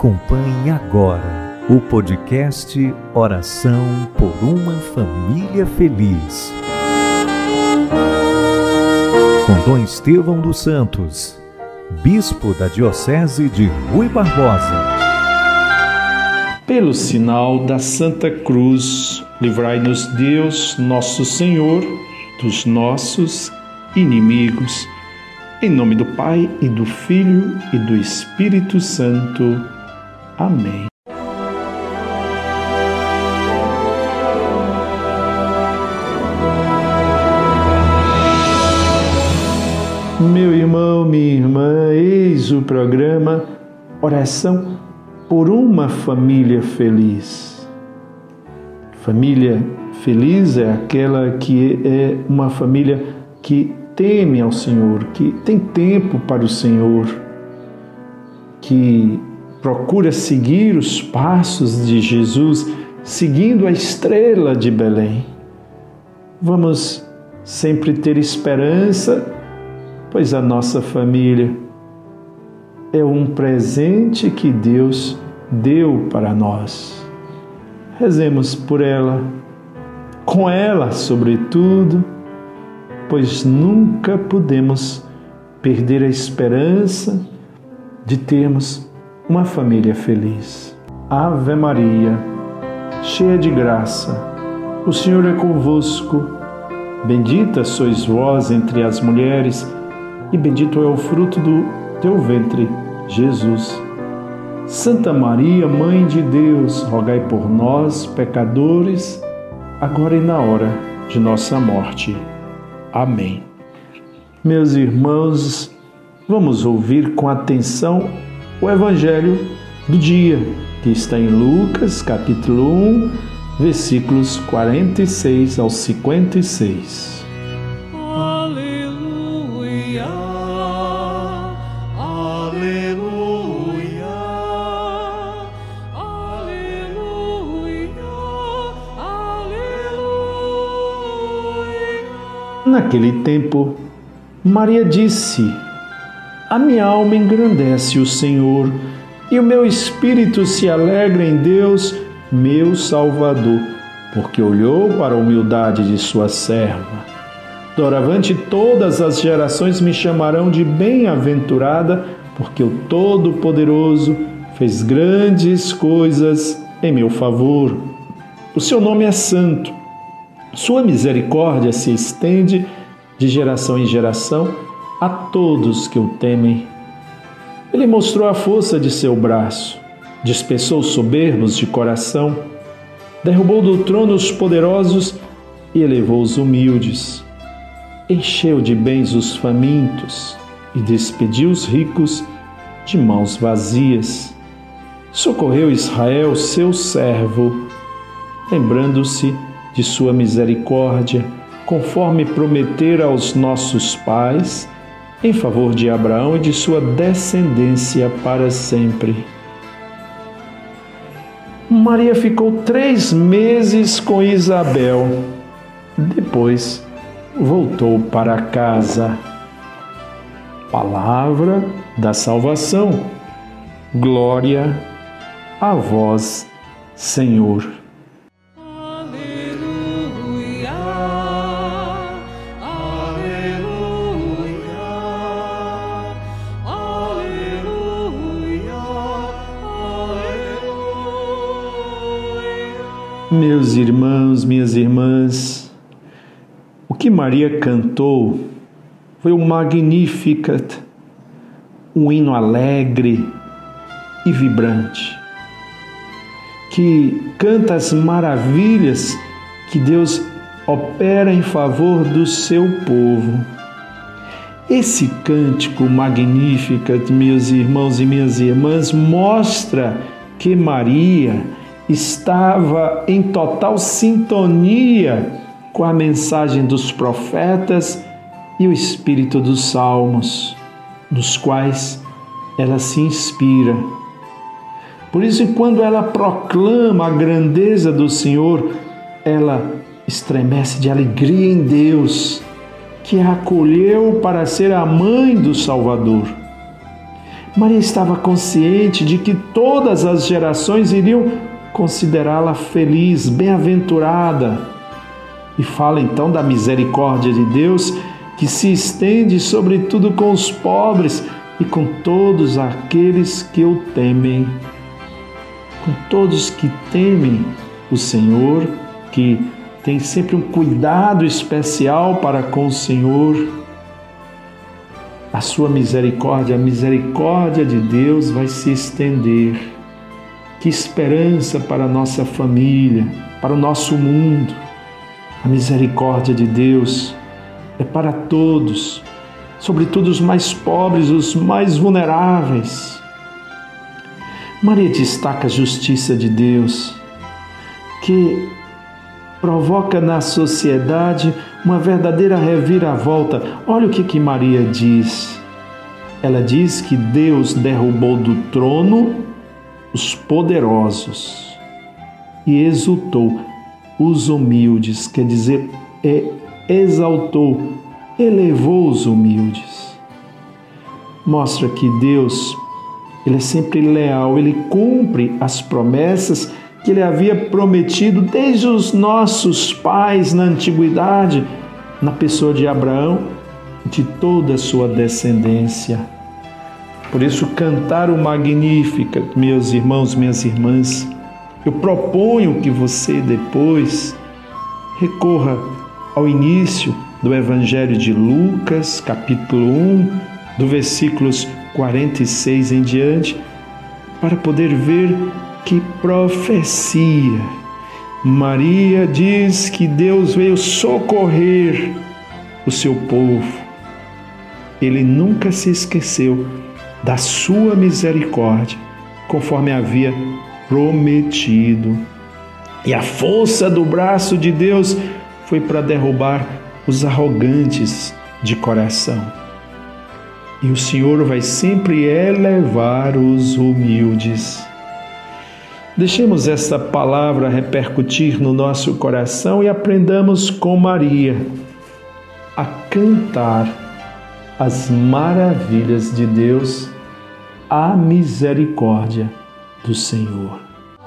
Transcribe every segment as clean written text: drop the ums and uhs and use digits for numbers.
Acompanhe agora o podcast Oração por uma Família Feliz, com Dom Estevão dos Santos, Bispo da Diocese de Rui Barbosa. Pelo sinal da Santa Cruz, livrai-nos Deus, nosso Senhor, dos nossos inimigos. Em nome do Pai, e do Filho, e do Espírito Santo. Amém. Meu irmão, minha irmã, eis o programa Oração por uma Família Feliz. Família feliz é aquela que é uma família que teme ao Senhor, que tem tempo para o Senhor, que procura seguir os passos de Jesus, seguindo a estrela de Belém. Vamos sempre ter esperança, pois a nossa família é um presente que Deus deu para nós. Rezemos por ela, com ela sobretudo, pois nunca podemos perder a esperança de termos uma família feliz. Ave Maria, cheia de graça, o Senhor é convosco. Bendita sois vós entre as mulheres, e bendito é o fruto do teu ventre, Jesus. Santa Maria, Mãe de Deus, rogai por nós, pecadores, agora e na hora de nossa morte. Amém. Meus irmãos, vamos ouvir com atenção o Evangelho do dia, que está em Lucas, capítulo 1, versículos 46 ao 56. Aleluia, aleluia, aleluia, aleluia. Naquele tempo, Maria disse: A minha alma engrandece o Senhor, e o meu espírito se alegra em Deus, meu Salvador, porque olhou para a humildade de sua serva. Doravante todas as gerações me chamarão de bem-aventurada, porque o Todo-Poderoso fez grandes coisas em meu favor. O seu nome é santo. Sua misericórdia se estende de geração em geração a todos que o temem. Ele mostrou a força de seu braço, dispersou os soberbos de coração, derrubou do trono os poderosos e elevou os humildes. Encheu de bens os famintos e despediu os ricos de mãos vazias. Socorreu Israel, seu servo, lembrando-se de sua misericórdia, conforme prometera aos nossos pais, em favor de Abraão e de sua descendência para sempre. Maria ficou 3 meses com Isabel. Depois voltou para casa. Palavra da salvação. Glória a vós, Senhor. Meus irmãos, minhas irmãs, o que Maria cantou foi um Magnificat, um hino alegre e vibrante, que canta as maravilhas que Deus opera em favor do seu povo. Esse cântico Magnificat, meus irmãos e minhas irmãs, mostra que Maria estava em total sintonia com a mensagem dos profetas e o espírito dos salmos, dos quais ela se inspira. Por isso, quando ela proclama a grandeza do Senhor, ela estremece de alegria em Deus, que a acolheu para ser a mãe do Salvador. Maria estava consciente de que todas as gerações iriam considerá-la feliz, bem-aventurada. E fala então da misericórdia de Deus que se estende sobretudo com os pobres e com todos aqueles que o temem. Com todos que temem o Senhor, que tem sempre um cuidado especial para com o Senhor. A sua misericórdia, a misericórdia de Deus vai se estender. Que esperança para a nossa família, para o nosso mundo. A misericórdia de Deus é para todos, sobretudo os mais pobres, os mais vulneráveis. Maria destaca a justiça de Deus, que provoca na sociedade uma verdadeira reviravolta. Olha o que Maria diz. Ela diz que Deus derrubou do trono os poderosos e exaltou os humildes, quer dizer, exaltou, elevou os humildes. Mostra que Deus, Ele é sempre leal, Ele cumpre as promessas que Ele havia prometido desde os nossos pais na antiguidade, na pessoa de Abraão, de toda a sua descendência. Por isso, cantar o Magnificat, meus irmãos, minhas irmãs, eu proponho que você depois recorra ao início do Evangelho de Lucas, capítulo 1, do versículos 46 em diante, para poder ver que profecia. Maria diz que Deus veio socorrer o seu povo. Ele nunca se esqueceu da sua misericórdia, conforme havia prometido. E a força do braço de Deus foi para derrubar os arrogantes de coração. E o Senhor vai sempre elevar os humildes. Deixemos essa palavra repercutir no nosso coração e aprendamos com Maria a cantar as maravilhas de Deus, a misericórdia do Senhor.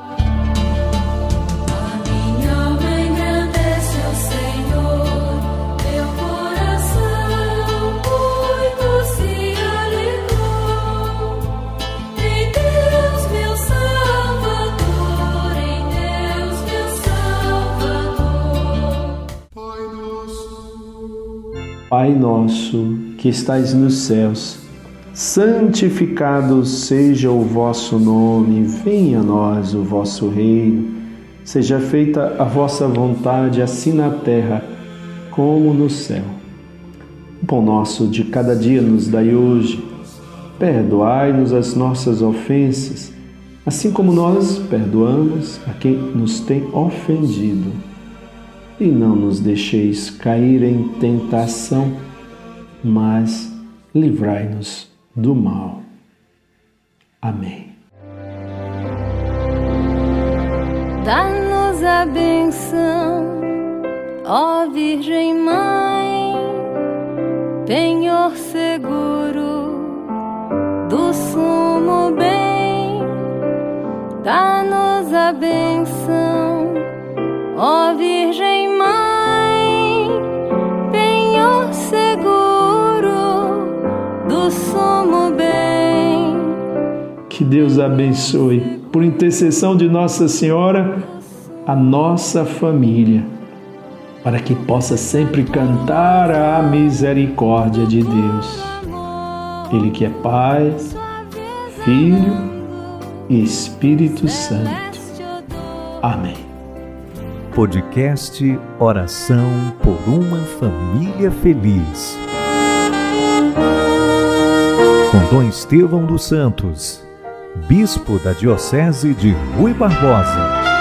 Pai nosso, que estais nos céus, santificado seja o vosso nome, venha a nós o vosso reino, seja feita a vossa vontade, assim na terra como no céu. O pão nosso de cada dia nos dai hoje, perdoai-nos as nossas ofensas, assim como nós perdoamos a quem nos tem ofendido. E não nos deixeis cair em tentação, mas livrai-nos do mal. Amém. Dá-nos a benção, ó Virgem Mãe, penhor seguro do sumo bem. Dá-nos a benção, ó Virgem Mãe, penhor seguro do sumo bem. Que Deus abençoe, por intercessão de Nossa Senhora, a nossa família, para que possa sempre cantar a misericórdia de Deus. Ele que é Pai, Filho e Espírito Santo. Amém. Podcast Oração por uma Família Feliz. Com Dom Estevão dos Santos, Bispo da Diocese de Rui Barbosa.